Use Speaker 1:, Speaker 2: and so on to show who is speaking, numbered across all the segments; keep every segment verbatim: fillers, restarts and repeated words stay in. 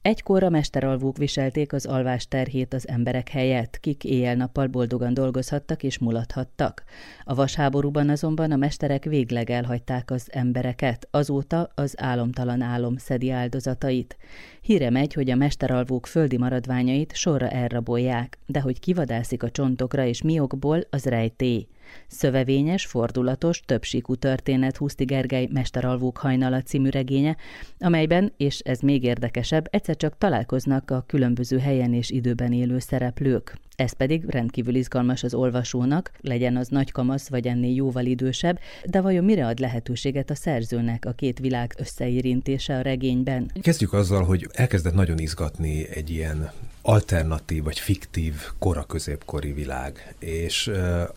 Speaker 1: Egykor a mesteralvók viselték az alvás terhét az emberek helyett, kik éjjel-nappal boldogan dolgozhattak és mulathattak. A vasháborúban azonban a mesterek végleg elhagyták az embereket, azóta az álomtalan álom szedi áldozatait. Híre megy, hogy a mesteralvók földi maradványait sorra elrabolják, de hogy kivadászik a csontokra és miokból, az rejtély. Szövevényes, fordulatos, többsíkú történet Huszti Gergely Mesteralvók hajnala című regénye, amelyben, és ez még érdekesebb, egyszer csak találkoznak a különböző helyen és időben élő szereplők. Ez pedig rendkívül izgalmas az olvasónak, legyen az nagykamasz vagy ennél jóval idősebb, de vajon mire ad lehetőséget a szerzőnek a két világ összeérintése a regényben?
Speaker 2: Kezdjük azzal, hogy elkezdett nagyon izgatni egy ilyen alternatív vagy fiktív kora-középkori világ, és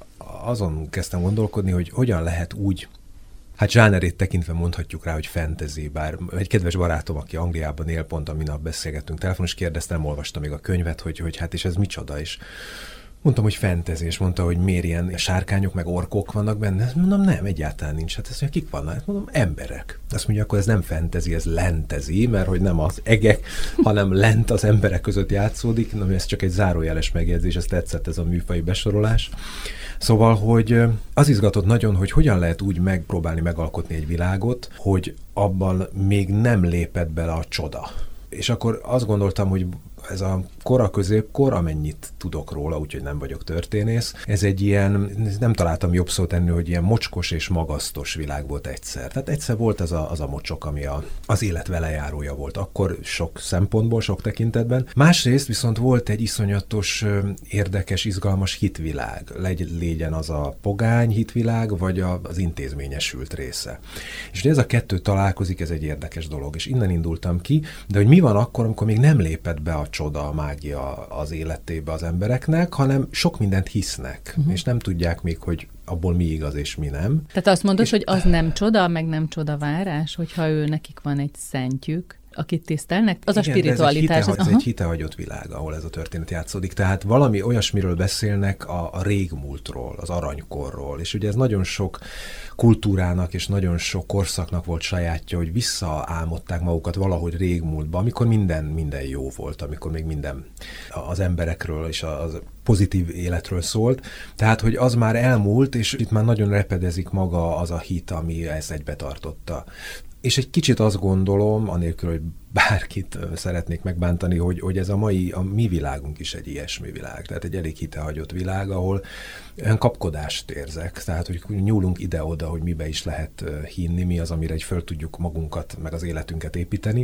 Speaker 2: azon kezdtem gondolkodni, hogy hogyan lehet úgy, hát zsánerét tekintve mondhatjuk rá, hogy fantasy, bár egy kedves barátom, aki Angliában él, pont a minap beszélgettünk telefonon, és kérdezte, nem olvastam még a könyvet, hogy, hogy hát és ez micsoda is. Mondtam, hogy fantasy, és mondta, hogy miért ilyen sárkányok, meg orkok vannak benne. Mondom, nem, egyáltalán nincs. Hát ezt mondja, kik vannak? Hát mondom, emberek. Azt mondja, akkor ez nem fantasy, ez lentezi, mert hogy nem az egek, hanem lent az emberek között játszódik. Na, ez csak egy zárójeles megjegyzés, ez tetszett ez a műfai besorolás. Szóval, hogy az izgatott nagyon, hogy hogyan lehet úgy megpróbálni megalkotni egy világot, hogy abban még nem lépett bele a csoda. És akkor azt gondoltam, hogy ez a kora-középkor, amennyit tudok róla, úgyhogy nem vagyok történész, ez egy ilyen, nem találtam jobb szót ennél, hogy ilyen mocskos és magasztos világ volt egyszer. Tehát egyszer volt az a, az a mocsok, ami a, az élet velejárója volt. Akkor sok szempontból, sok tekintetben. Másrészt viszont volt egy iszonyatos, érdekes, izgalmas hitvilág. Legy, légyen az a pogány hitvilág, vagy a, az intézményesült része. És ez a kettő találkozik, ez egy érdekes dolog. És innen indultam ki, de hogy mi van akkor, amikor még nem lépett be a csoda, a mágia az életébe az embereknek, hanem sok mindent hisznek, uh-huh. és nem tudják még, hogy abból mi igaz és mi nem.
Speaker 3: Tehát azt mondod,
Speaker 2: és...
Speaker 3: hogy az nem csoda, meg nem csodavárás, hogyha ő nekik van egy szentjük, akit tisztelnek, az igen, a spiritualitás.
Speaker 2: Ez egy, hite, ez egy hitehagyott világ, ahol ez a történet játszódik. Tehát valami olyasmiről beszélnek a, a régmúltról, az aranykorról, és ugye ez nagyon sok kultúrának és nagyon sok korszaknak volt sajátja, hogy visszaálmodták magukat valahogy régmúltba, amikor minden, minden jó volt, amikor még minden az emberekről és az pozitív életről szólt. Tehát, hogy az már elmúlt, és itt már nagyon repedezik maga az a hit, ami ezt egybetartotta. És egy kicsit azt gondolom, anélkül, hogy bárkit szeretnék megbántani, hogy, hogy ez a mai, a mi világunk is egy ilyesmi világ. Tehát egy elég hitehagyott világ, ahol olyan kapkodást érzek. Tehát, hogy nyúlunk ide-oda, hogy mibe is lehet hinni, mi az, amire egy föl tudjuk magunkat, meg az életünket építeni.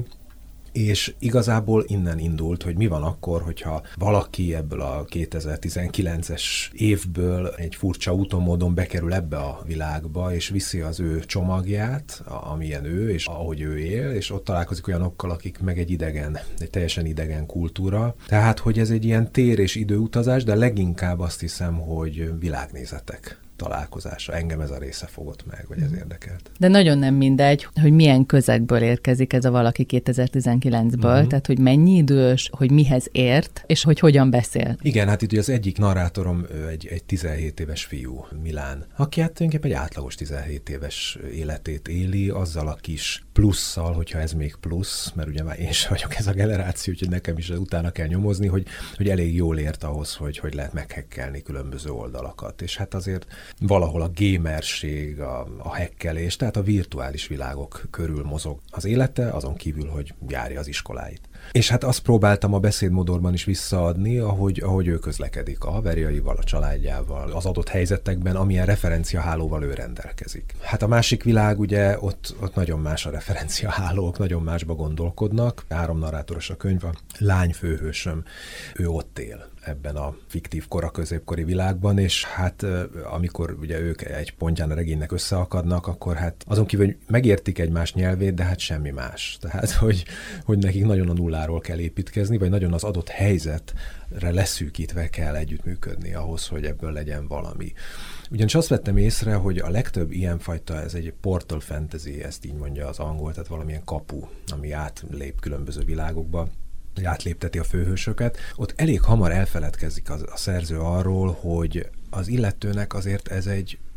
Speaker 2: És igazából innen indult, hogy mi van akkor, hogyha valaki ebből a kétezer-tizenkilences évből egy furcsa úton módon bekerül ebbe a világba, és viszi az ő csomagját, amilyen ő, és ahogy ő él, és ott találkozik olyanokkal, akik meg egy idegen, egy teljesen idegen kultúra. Tehát, hogy ez egy ilyen tér- és időutazás, de leginkább azt hiszem, hogy világnézetek találkozása. Engem ez a része fogott meg, vagy ez érdekelt.
Speaker 3: De nagyon nem mindegy, hogy milyen közegből érkezik ez a valaki kétezer-tizenkilencből, uh-huh. tehát hogy mennyi idős, hogy mihez ért, és hogy hogyan beszél.
Speaker 2: Igen, hát itt ugye az egyik narrátorom egy, egy tizenhét éves fiú, Milán, aki hát tulajdonképpen egy átlagos tizenhét éves életét éli, azzal a kis plusszal, hogyha ez még plusz, mert ugye már én sem vagyok ez a generáció, úgyhogy nekem is utána kell nyomozni, hogy, hogy elég jól ért ahhoz, hogy, hogy lehet meghekkelni különböző oldalakat. És hát azért valahol a gamerség, a, a hekkelés, tehát a virtuális világok körül mozog az élete, azon kívül, hogy járja az iskoláit. És hát azt próbáltam a beszédmodorban is visszaadni, ahogy, ahogy ő közlekedik a haverjaival, a családjával, az adott helyzetekben, amilyen referenciahálóval ő rendelkezik. Hát a másik világ, ugye, ott, ott nagyon más a referenciahálók, nagyon másba gondolkodnak. Három narrátoros a könyv, a lány főhősöm, ő ott él ebben a fiktív kora-középkori világban, és hát amikor ugye ők egy pontján a regénynek összeakadnak, akkor hát azon kívül, hogy megértik egymás nyelvét, de hát semmi más. Tehát, hogy, hogy nekik nagyon a nulláról kell építkezni, vagy nagyon az adott helyzetre leszűkítve kell együttműködni ahhoz, hogy ebből legyen valami. Ugyanis azt vettem észre, hogy a legtöbb ilyenfajta, ez egy portal fantasy, ezt így mondja az angol, tehát valamilyen kapu, ami átlép különböző világokba, átlépteti a főhősöket, ott elég hamar elfeledkezik az, a szerző arról, hogy az illetőnek azért ez egy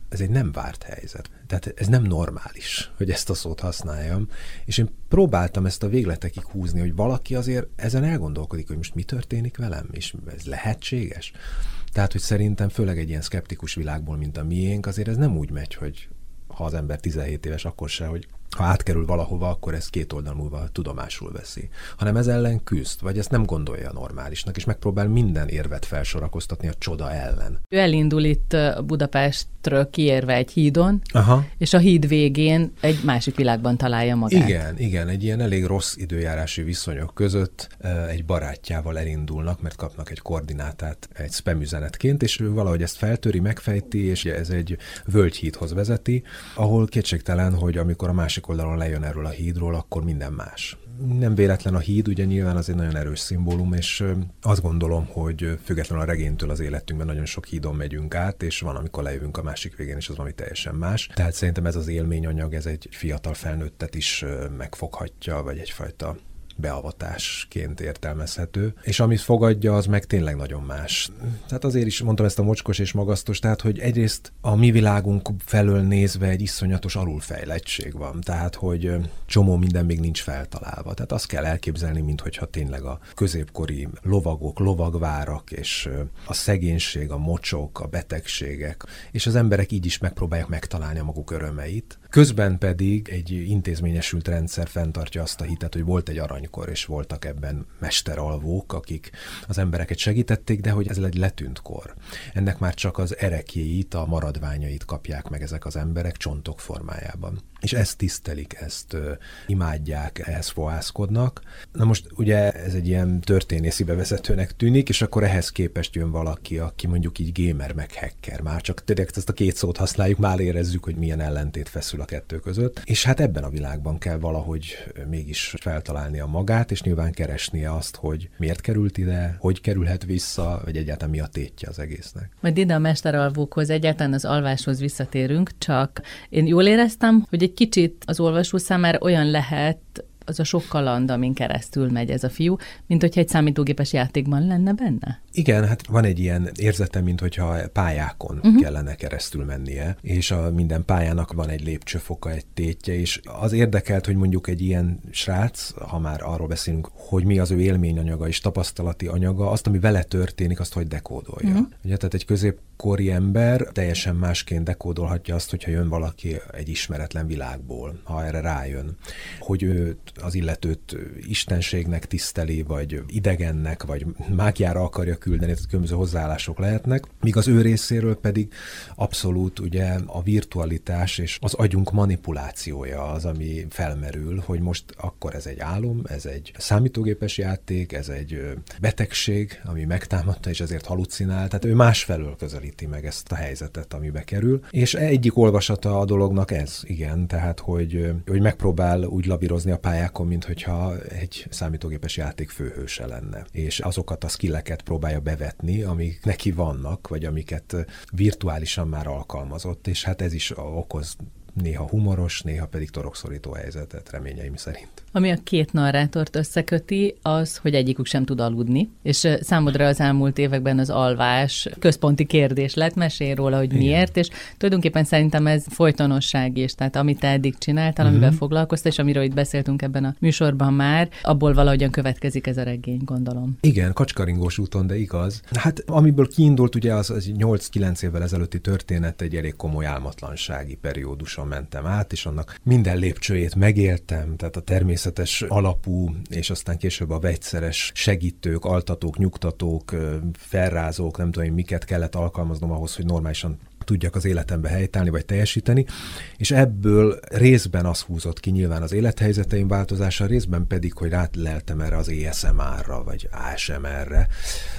Speaker 2: ez egy nem várt helyzet. Tehát ez nem normális, hogy ezt a szót használjam, és én próbáltam ezt a végletekig húzni, hogy valaki azért ezen elgondolkodik, hogy most mi történik velem, és ez lehetséges. Tehát, hogy szerintem főleg egy ilyen szkeptikus világból, mint a miénk, azért ez nem úgy megy, hogy ha az ember tizenhét éves, akkor se, hogy ha átkerül valahova, akkor ezt két oldal múlva tudomásul veszi. Hanem ez ellen küzd, vagy ezt nem gondolja normálisnak, és megpróbál minden érvet felsorakoztatni a csoda ellen.
Speaker 3: Ő elindul itt Budapestről kiérve egy hídon,
Speaker 2: Aha.
Speaker 3: és a híd végén egy másik világban találja magát.
Speaker 2: Igen, igen, egy ilyen elég rossz időjárási viszonyok között egy barátjával elindulnak, mert kapnak egy koordinátát egy spam üzenetként, és ő valahogy ezt feltöri, megfejti, és ez egy völgyhídhoz vezeti, ahol kétségtelen, hogy amikor a másik oldalon lejön erről a hídról, akkor minden más. Nem véletlen a híd, ugye nyilván az egy nagyon erős szimbólum, és azt gondolom, hogy függetlenül a regénytől az életünkben nagyon sok hídon megyünk át, és van, amikor lejövünk a másik végén, és az valami teljesen más. Tehát szerintem ez az élményanyag, ez egy fiatal felnőttet is megfoghatja, vagy egyfajta beavatásként értelmezhető, és amit fogadja, az meg tényleg nagyon más. Tehát azért is mondtam ezt a mocskos és magasztos, tehát, hogy egyrészt a mi világunk felől nézve egy iszonyatos alulfejlettség van, tehát, hogy csomó minden még nincs feltalálva. Tehát azt kell elképzelni, minthogyha tényleg a középkori lovagok, lovagvárak, és a szegénység, a mocsok, a betegségek, és az emberek így is megpróbálják megtalálni a maguk örömeit. Közben pedig egy intézményesült rendszer fenntartja azt a hitet, hogy volt egy aranykor, és voltak ebben mesteralvók, akik az embereket segítették, de hogy ez egy letűnt kor. Ennek már csak az erekjéit, a maradványait kapják meg ezek az emberek csontok formájában. És ezt tisztelik, ezt ö, imádják, ehhez fohászkodnak. Na most ugye ez egy ilyen történészi bevezetőnek tűnik, és akkor ehhez képest jön valaki, aki mondjuk így gamer meg hacker. Már csak tényleg ezt a két szót használjuk, már érezzük, hogy milyen ellentét feszül a kettő között. És hát ebben a világban kell valahogy mégis feltalálnia magát, és nyilván keresnie azt, hogy miért került ide, hogy kerülhet vissza, vagy egyáltalán mi a tétje az egésznek.
Speaker 3: Majd ide a mesteralvókhoz, egyáltalán az alváshoz visszatérünk, csak én jól éreztem, hogy egy kicsit az olvasó számára olyan lehet az a sok kaland, amin keresztül megy ez a fiú, mint hogyha egy számítógépes játékban lenne benne.
Speaker 2: Igen, hát van egy ilyen érzetem, mint hogyha pályákon uh-huh. kellene keresztül mennie, és a minden pályának van egy lépcsőfoka, egy tétje, és az érdekelt, hogy mondjuk egy ilyen srác, ha már arról beszélünk, hogy mi az ő élményanyaga és tapasztalati anyaga, azt, ami vele történik, azt hogy dekódolja. Uh-huh. Ugye, tehát egy középkori ember teljesen másként dekódolhatja azt, hogyha jön valaki egy ismeretlen világból, ha erre rájön, hogy ő az illetőt istenségnek tiszteli, vagy idegennek, vagy mágiára akarja küldeni, tehát különböző hozzáállások lehetnek, míg az ő részéről pedig abszolút ugye a virtualitás és az agyunk manipulációja az, ami felmerül, hogy most akkor ez egy álom, ez egy számítógépes játék, ez egy betegség, ami megtámadta, és ezért halucinál, tehát ő másfelől közelíti meg ezt a helyzetet, amibe kerül, és egyik olvasata a dolognak ez, igen, tehát hogy, hogy megpróbál úgy lavírozni a pályán, mint hogyha egy számítógépes játék főhőse lenne. És azokat a skilleket próbálja bevetni, amik neki vannak, vagy amiket virtuálisan már alkalmazott, és hát ez is okoz néha humoros, néha pedig torokszorító helyzetet, reményeim szerint.
Speaker 3: Ami a két narrátort összeköti, az, hogy egyikük sem tud aludni, és számodra az elmúlt években az alvás központi kérdés lett, mesélj róla, hogy miért, igen. És tulajdonképpen szerintem ez folytonosság is, tehát amit te eddig csináltál, uh-huh. amivel foglalkoztál, és amiről itt beszéltünk ebben a műsorban már, abból valahogyan következik ez a regény, gondolom.
Speaker 2: Igen, kacskaringós úton, de igaz. Hát amiből kiindult ugye az, az nyolc-kilenc évvel ezelőtti történet, egy elég komoly álmatlansági perióduson mentem át, és annak minden lépcsőjét megéltem, tehát a természetes alapú, és aztán később a vegyszeres segítők, altatók, nyugtatók, felrázók, nem tudom, miket kellett alkalmaznom ahhoz, hogy normálisan tudjak az életembe helytállni, vagy teljesíteni, és ebből részben az húzott ki nyilván az élethelyzeteim változása, részben pedig, hogy ráleltem erre az á es em er-ra, vagy á es em er-re,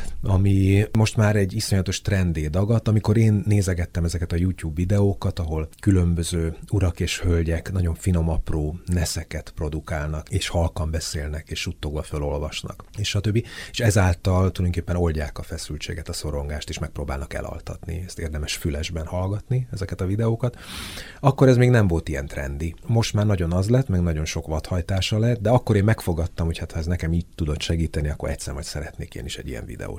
Speaker 2: ami most már egy iszonyatos trendé dagadt, amikor én nézegettem ezeket a YouTube videókat, ahol különböző urak és hölgyek nagyon finom, apró neszeket produkálnak, és halkan beszélnek, és suttogva felolvasnak, és stb. És ezáltal tulajdonképpen oldják a feszültséget, a szorongást, és megpróbálnak elaltatni. Ezt érdemes fülesben hallgatni, ezeket a videókat. Akkor ez még nem volt ilyen trendi. Most már nagyon az lett, meg nagyon sok vadhajtása lett, de akkor én megfogadtam, hogy hát ha ez nekem így tudott segíteni, akkor egyszer majd szeretnék én is egy ilyen videót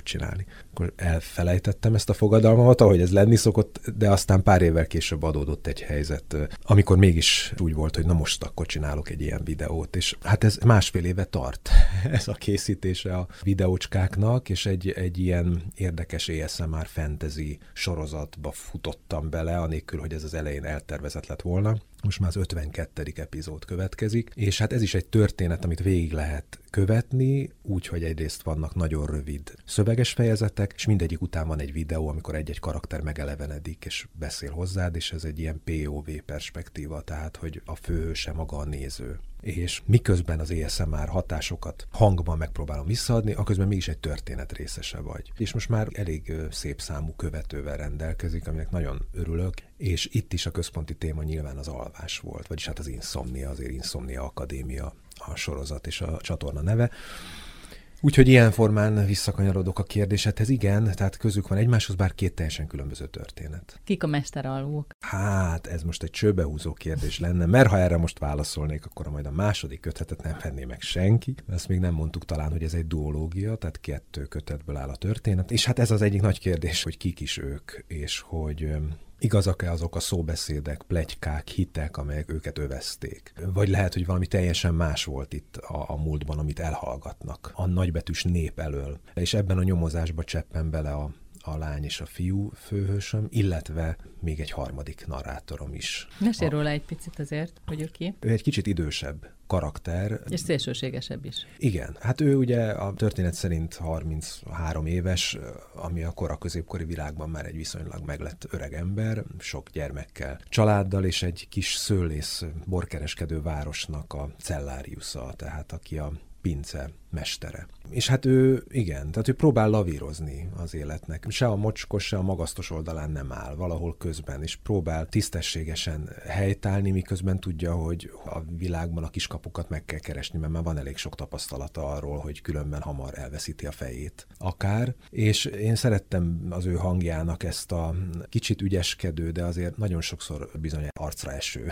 Speaker 2: csinálni. Akkor elfelejtettem ezt a fogadalmamat, ahogy ez lenni szokott, de aztán pár évvel később adódott egy helyzet, amikor mégis úgy volt, hogy na most akkor csinálok egy ilyen videót, és hát ez másfél éve tart, ez a készítése a videócskáknak, és egy, egy ilyen érdekes á es em er fantasy sorozatba futottam bele, anélkül, hogy ez az elején eltervezett lett volna. Most már az ötvenkettedik epizód következik, és hát ez is egy történet, amit végig lehet követni, úgyhogy egyrészt vannak nagyon rövid szöveges fejezetek, és mindegyik után van egy videó, amikor egy-egy karakter megelevenedik, és beszél hozzád, és ez egy ilyen pé o vé perspektíva, tehát, hogy a főhőse maga a néző. És miközben az á es em er hatásokat hangban megpróbálom visszaadni, aközben mégis egy történet részese vagy. És most már elég szép számú követővel rendelkezik, aminek nagyon örülök, és itt is a központi téma nyilván az alvás volt, vagyis hát az Insomnia, azért Insomnia Akadémia a sorozat és a csatorna neve. Úgyhogy ilyen formán visszakanyarodok a kérdésedhez, igen, tehát közük van egymáshoz, bár két teljesen különböző történet.
Speaker 3: Kik a mesteralvók?
Speaker 2: Hát, ez most egy csőbehúzó kérdés lenne, mert ha erre most válaszolnék, akkor majd a második kötetet nem venné meg senki. Ezt még nem mondtuk talán, hogy ez egy duológia, tehát kettő kötetből áll a történet. És hát ez az egyik nagy kérdés, hogy kik is ők, és hogy igazak-e azok a szóbeszédek, pletykák, hitek, amelyek őket övezték? Vagy lehet, hogy valami teljesen más volt itt a, a múltban, amit elhallgatnak a nagybetűs nép elől. És ebben a nyomozásba cseppen bele a, a lány és a fiú főhősöm, illetve még egy harmadik narrátorom is.
Speaker 3: Mesélj róla egy picit azért, hogy ő ki.
Speaker 2: Ő egy kicsit idősebb karakter.
Speaker 3: És szélsőségesebb is.
Speaker 2: Igen. Hát ő ugye a történet szerint harminchárom éves, ami a kora középkori világban már egy viszonylag meglett öreg ember, sok gyermekkel, családdal, és egy kis szőlész borkereskedő városnak a celláriusza, tehát aki a pince mestere. És hát ő, igen, tehát ő próbál lavírozni az életnek. Se a mocskos, se a magasztos oldalán nem áll, valahol közben, és próbál tisztességesen helytállni, miközben tudja, hogy a világban a kiskapukat meg kell keresni, mert már van elég sok tapasztalata arról, hogy különben hamar elveszíti a fejét. Akár. És én szerettem az ő hangjának ezt a kicsit ügyeskedő, de azért nagyon sokszor bizony arcra eső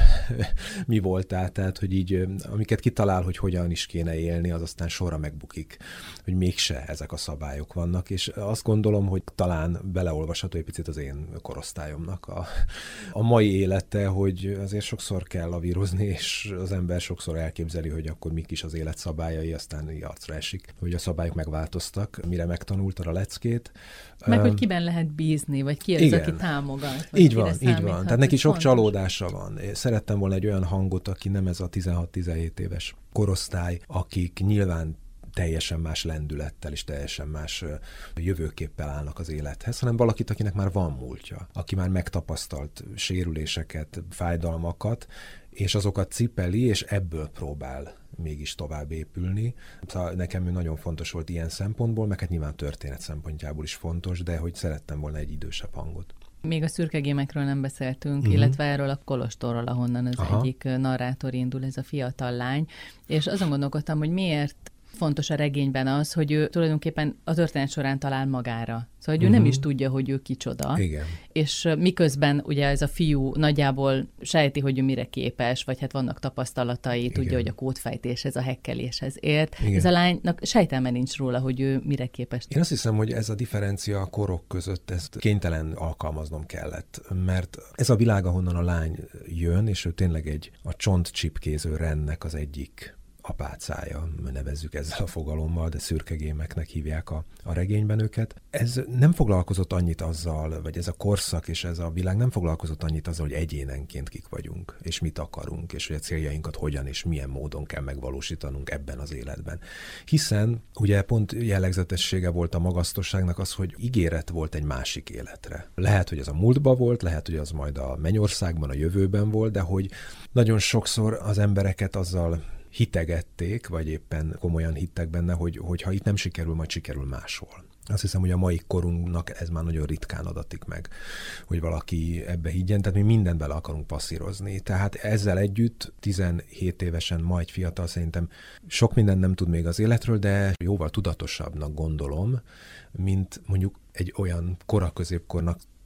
Speaker 2: mi voltál, tehát, hogy így, amiket kitalál, hogy hogyan is kéne élni, az aztán sorra megbukik, hogy mégse ezek a szabályok vannak, és azt gondolom, hogy talán beleolvasható egy picit az én korosztályomnak a, a mai élete, hogy azért sokszor kell lavírozni, és az ember sokszor elképzeli, hogy akkor mik is az élet szabályai, aztán így arcra esik, hogy a szabályok megváltoztak, mire megtanulta a leckét.
Speaker 3: Meg, hogy kiben lehet bízni, vagy ki az,
Speaker 2: igen,
Speaker 3: aki támogat.
Speaker 2: Így van, így van. Tehát neki sok fontos csalódása van. Szerettem volna egy olyan hangot, aki nem ez a tizenhat-tizenhét éves korosztály, akik nyilván teljesen más lendülettel és teljesen más jövőképpel állnak az élethez, hanem valakit, akinek már van múltja, aki már megtapasztalt sérüléseket, fájdalmakat, és azokat cipeli, és ebből próbál mégis tovább épülni. Szóval nekem nagyon fontos volt ilyen szempontból, meg hát nyilván történet szempontjából is fontos, de hogy szerettem volna egy idősebb hangot.
Speaker 3: Még a szürkegémekről nem beszéltünk, uh-huh. illetve erről a kolostorról, ahonnan az Aha. egyik narrátor indul, ez a fiatal lány, és azon gondolkodtam, hogy miért fontos a regényben az, hogy ő tulajdonképpen a történet során talál magára. Szóval, hogy ő uh-huh. nem is tudja, hogy ő kicsoda.
Speaker 2: Igen.
Speaker 3: És miközben ugye ez a fiú nagyjából sejti, hogy ő mire képes, vagy hát vannak tapasztalatai, Igen. tudja, hogy a kódfejtéshez, a hekkeléshez ért. Igen. Ez a lánynak sejtelme nincs róla, hogy ő mire képes.
Speaker 2: Én azt hiszem, hogy ez a differencia a korok között, ezt kénytelen alkalmaznom kellett, mert ez a világ, ahonnan a lány jön, és ő tényleg egy a csontcsipkéző Rennek az egyik apácája, nevezzük ezzel a fogalommal, de szürkegémeknek hívják a, a regényben őket. Ez nem foglalkozott annyit azzal, vagy ez a korszak és ez a világ nem foglalkozott annyit azzal, hogy egyénenként kik vagyunk, és mit akarunk, és hogy a céljainkat hogyan és milyen módon kell megvalósítanunk ebben az életben. Hiszen ugye pont jellegzetessége volt a magasztosságnak az, hogy ígéret volt egy másik életre. Lehet, hogy az a múltban volt, lehet, hogy az majd a mennyországban, a jövőben volt, de hogy nagyon sokszor az embereket azzal hitegették, vagy éppen komolyan hittek benne, hogy, hogy ha itt nem sikerül, majd sikerül máshol. Azt hiszem, hogy a mai korunknak ez már nagyon ritkán adatik meg, hogy valaki ebbe higgyen, tehát mi mindent bele akarunk passzírozni. Tehát ezzel együtt tizenhét évesen, majd fiatal, szerintem sok mindent nem tud még az életről, de jóval tudatosabbnak gondolom, mint mondjuk egy olyan kora középkornak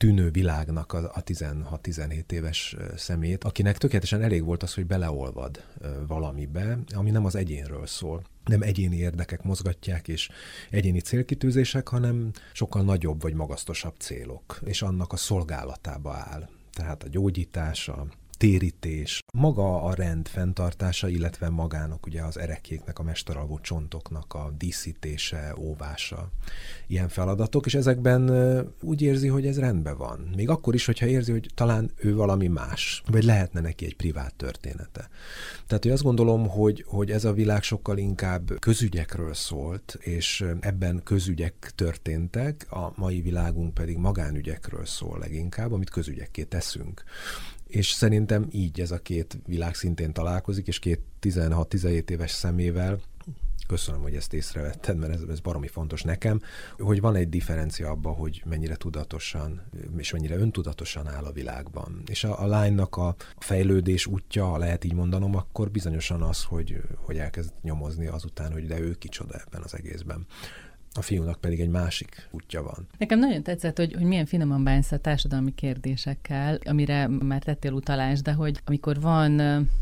Speaker 2: tűnő világnak a, a tizenhat-tizenhét éves szemét, akinek tökéletesen elég volt az, hogy beleolvad valamibe, ami nem az egyénről szól. Nem egyéni érdekek mozgatják és egyéni célkitűzések, hanem sokkal nagyobb vagy magasztosabb célok, és annak a szolgálatába áll. Tehát a gyógyítás, a térítés, maga a rend fenntartása, illetve magának ugye az erekéknek, a mesteralvó csontoknak a díszítése, óvása, ilyen feladatok, és ezekben úgy érzi, hogy ez rendben van. Még akkor is, hogyha érzi, hogy talán ő valami más, vagy lehetne neki egy privát története. Tehát, hogy azt gondolom, hogy, hogy ez a világ sokkal inkább közügyekről szólt, és ebben közügyek történtek, a mai világunk pedig magánügyekről szól leginkább, amit közügyekké teszünk. És szerintem így ez a két világ szintén találkozik, és két tizenhat-tizenhét éves szemével, köszönöm, hogy ezt észrevetted, mert ez, ez baromi fontos nekem, hogy van egy differencia abban, hogy mennyire tudatosan és mennyire öntudatosan áll a világban. És a, a lánynak a fejlődés útja, ha lehet így mondanom, akkor bizonyosan az, hogy, hogy elkezd nyomozni azután, hogy de ő kicsoda ebben az egészben. A fiúnak pedig egy másik útja van.
Speaker 3: Nekem nagyon tetszett, hogy, hogy milyen finoman bánsz a társadalmi kérdésekkel, amire már tettél utalást, de hogy amikor van,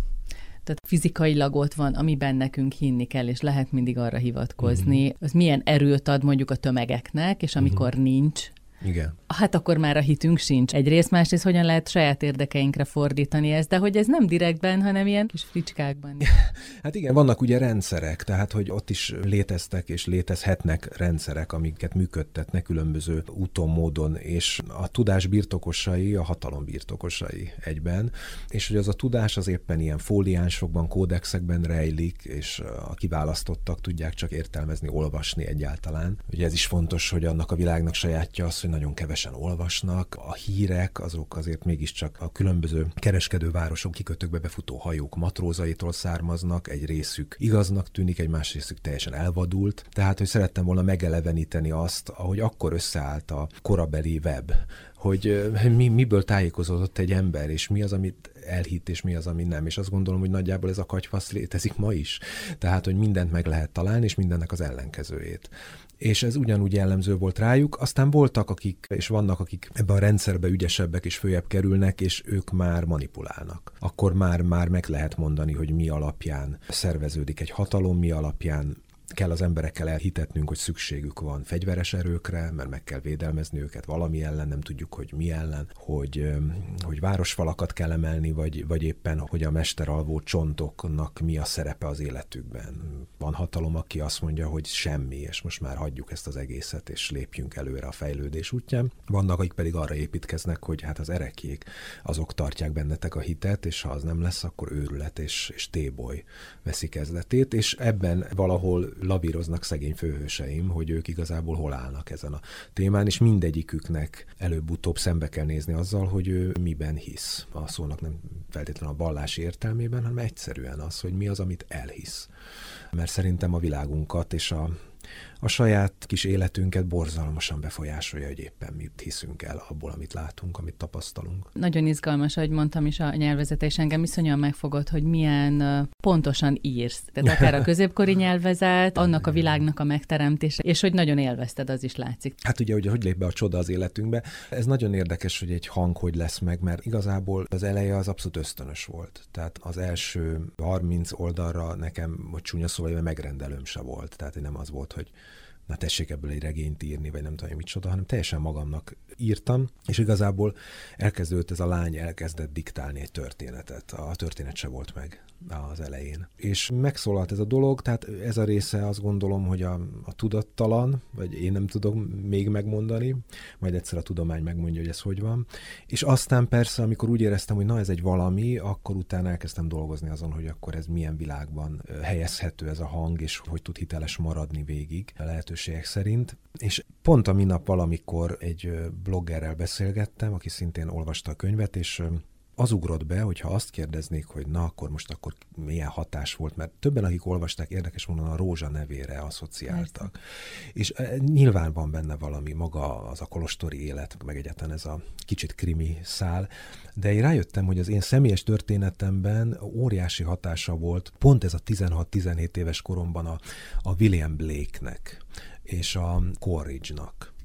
Speaker 3: tehát fizikailag ott van, amiben nekünk hinni kell, és lehet mindig arra hivatkozni, uh-huh. az milyen erőt ad mondjuk a tömegeknek, és amikor uh-huh. nincs,
Speaker 2: igen.
Speaker 3: Hát akkor már a hitünk sincs. Egyrészt, másrészt hogyan lehet saját érdekeinkre fordítani ezt, de hogy ez nem direktben, hanem ilyen kis fricskákban.
Speaker 2: Hát igen, vannak ugye rendszerek, tehát hogy ott is léteztek és létezhetnek rendszerek, amiket működtetnek különböző úton, módon, és a tudás birtokosai, a hatalom birtokosai egyben, és hogy az a tudás az éppen ilyen fóliánsokban, kódexekben rejlik, és a kiválasztottak tudják csak értelmezni, olvasni egyáltalán. Ugye ez is fontos, hogy annak a világnak sajátja az, hogy nagyon kevesen olvasnak, a hírek azok azért mégiscsak a különböző kereskedővárosok, kikötőkbe befutó hajók matrózaitól származnak, egy részük igaznak tűnik, egy más részük teljesen elvadult. Tehát, hogy szerettem volna megeleveníteni azt, ahogy akkor összeállt a korabeli web, hogy mi, miből tájékozódott egy ember, és mi az, amit elhitt, és mi az, ami nem. És azt gondolom, hogy nagyjából ez a katyvasz létezik ma is. Tehát, hogy mindent meg lehet találni, és mindennek az ellenkezőjét. És ez ugyanúgy jellemző volt rájuk. Aztán voltak, akik, és vannak, akik ebben a rendszerbe ügyesebbek és följebb kerülnek, és ők már manipulálnak. Akkor már, már meg lehet mondani, hogy mi alapján szerveződik egy hatalom, mi alapján kell az emberekkel elhitetnünk, hogy szükségük van fegyveres erőkre, mert meg kell védelmezni őket valami ellen, nem tudjuk, hogy mi ellen, hogy, hogy városfalakat kell emelni, vagy, vagy éppen, hogy a mesteralvó csontoknak mi a szerepe az életükben. Van hatalom, aki azt mondja, hogy semmi, és most már hagyjuk ezt az egészet, és lépjünk előre a fejlődés útján. Vannak, akik pedig arra építkeznek, hogy hát az erekék, azok tartják bennetek a hitet, és ha az nem lesz, akkor őrület és, és téboly veszi kezdetét, és ebben valahol lavíroznak szegény főhőseim, hogy ők igazából hol állnak ezen a témán, és mindegyiküknek előbb-utóbb szembe kell nézni azzal, hogy ő miben hisz. A szónak nem feltétlenül a vallási értelmében, hanem egyszerűen az, hogy mi az, amit elhisz. Mert szerintem a világunkat és a a saját kis életünket borzalmasan befolyásolja, hogy éppen mit hiszünk el abból, amit látunk, amit tapasztalunk.
Speaker 3: Nagyon izgalmas, ahogy mondtam is a nyelvezet, és engem iszonyan megfogott, hogy milyen pontosan írsz. Tehát akár a középkori nyelvezet, annak a világnak a megteremtése, és hogy nagyon élvezted, az is látszik.
Speaker 2: Hát ugye, ugye hogy lép be a csoda az életünkbe. Ez nagyon érdekes, hogy egy hang hogy lesz meg, mert igazából az eleje az abszolút ösztönös volt. Tehát az első harminc oldalra nekem, hogy csúnya szóval, megrendelőm se volt. Tehát nem az volt, hogy na tessék ebből egy regényt írni, vagy nem tudom, micsoda, hanem teljesen magamnak írtam, és igazából elkezdődött ez a lány, elkezdett diktálni egy történetet. A történet se volt meg az elején. És megszólalt ez a dolog, tehát ez a része azt gondolom, hogy a, a tudattalan, vagy én nem tudom még megmondani, majd egyszer a tudomány megmondja, hogy ez hogy van. És aztán persze, amikor úgy éreztem, hogy na ez egy valami, akkor utána elkezdtem dolgozni azon, hogy akkor ez milyen világban helyezhető ez a hang, és hogy tud hiteles maradni végig a lehetőségek szerint. És pont a minap valamikor egy bloggerrel beszélgettem, aki szintén olvasta a könyvet, és az ugrott be, hogyha azt kérdeznék, hogy na akkor most akkor milyen hatás volt, mert többen, akik olvasták, érdekes módon a Rózsa nevére asszociáltak. Persze. És e, nyilván van benne valami, maga az a kolostori élet, meg egyáltalán ez a kicsit krimi szál, de én rájöttem, hogy az én személyes történetemben óriási hatása volt pont ez a tizenhat-tizenhét éves koromban a, a William Blake-nek és a Coleridge-nak.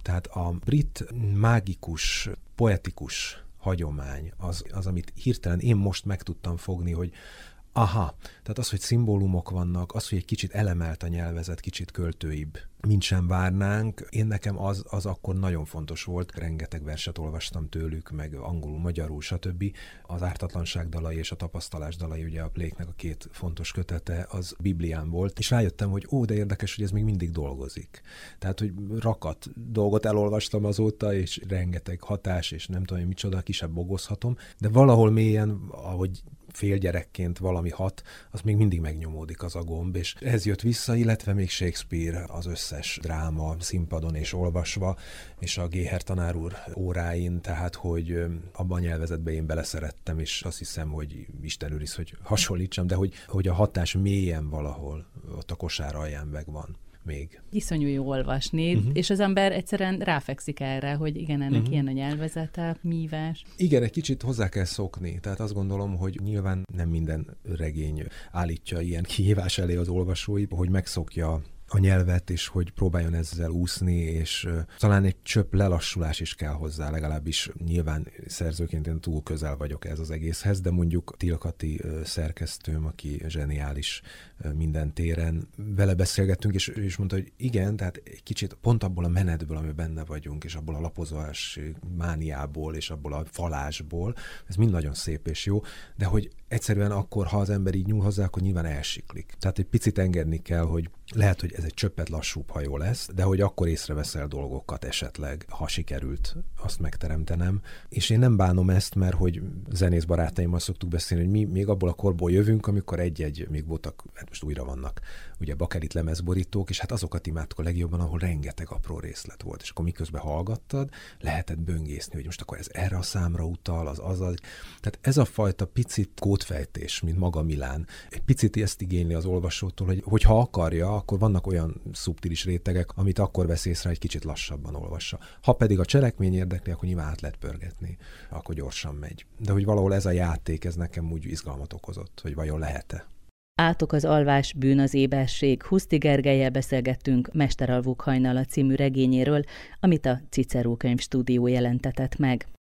Speaker 2: Tehát a brit mágikus, poetikus hagyomány az, az, amit hirtelen én most meg tudtam fogni, hogy aha, tehát az, hogy szimbólumok vannak, az, hogy egy kicsit elemelt a nyelvezet, kicsit költőibb, mint sem várnánk. Én nekem az, az akkor nagyon fontos volt. Rengeteg verset olvastam tőlük, meg angolul, magyarul, stb. Az ártatlanság dalai és a tapasztalás dalai, ugye a Blake-nek a két fontos kötete, az Biblián volt, és rájöttem, hogy ó, de érdekes, hogy ez még mindig dolgozik. Tehát, hogy rakat dolgot elolvastam azóta, és rengeteg hatás, és nem tudom, hogy micsoda, kisebb bogozhatom, de valahol mélyen, ahogy félgyerekként valami hat, az még mindig megnyomódik az a gomb, és ez jött vissza, illetve még Shakespeare az összes dráma színpadon és olvasva, és a Géher tanár úr óráin, tehát, hogy abban a nyelvezetben én beleszerettem, és azt hiszem, hogy Isten őriz, hogy hasonlítsam, de hogy, hogy a hatás mélyen valahol ott a kosár alján megvan még.
Speaker 3: Iszonyú jó olvasni, uh-huh. és az ember egyszerűen ráfekszik erre, hogy igen, ennek uh-huh. ilyen a nyelvezete, mívás.
Speaker 2: Igen, egy kicsit hozzá kell szokni. Tehát azt gondolom, hogy nyilván nem minden regény állítja ilyen kihívás elé az olvasóit, hogy megszokja a nyelvet, és hogy próbáljon ezzel úszni, és uh, talán egy csöpp lelassulás is kell hozzá, legalábbis nyilván szerzőként én túl közel vagyok ez az egészhez, de mondjuk Tilkati uh, szerkesztőm, aki zseniális uh, minden téren, vele beszélgettünk, és ő is mondta, hogy igen, tehát egy kicsit pont abból a menetből, amiben benne vagyunk, és abból a lapozás mániából, és abból a falásból, ez mind nagyon szép és jó, de hogy egyszerűen akkor, ha az ember így nyúl hozzá, akkor nyilván elsiklik. Tehát egy picit engedni kell, hogy lehet, hogy ez egy csöppet lassúbb hajó lesz, de hogy akkor észreveszel dolgokat esetleg, ha sikerült azt megteremtenem. És én nem bánom ezt, mert hogy zenész barátaimmal szoktuk beszélni, hogy mi még abból a korból jövünk, amikor egy-egy, még voltak, hát most újra vannak, ugye bakelit lemezborítók, és hát azokat imádtuk a legjobban, ahol rengeteg apró részlet volt. És akkor miközben hallgattad, lehetett böngészni, hogy most akkor ez erre a számra utal, az az, az. Tehát ez a fajta picit kódfejtés, mint maga Milán, egy picit ezt igényli az olvasótól, hogy, hogy ha akarja, akkor vannak olyan szubtilis rétegek, amit akkor vesz észre, egy kicsit lassabban olvassa. Ha pedig a cselekmény érdekli, akkor nyilván át lehet pörgetni, akkor gyorsan megy. De hogy valahol ez a játék, ez nekem úgy izgalmat okozott, hogy vajon lehet-e.
Speaker 1: Átok az alvás, bűn az éberség. Huszti Gergellyel beszélgettünk Mesteralvók hajnala című regényéről, amit a Cicero könyvstúdió jelentetett meg.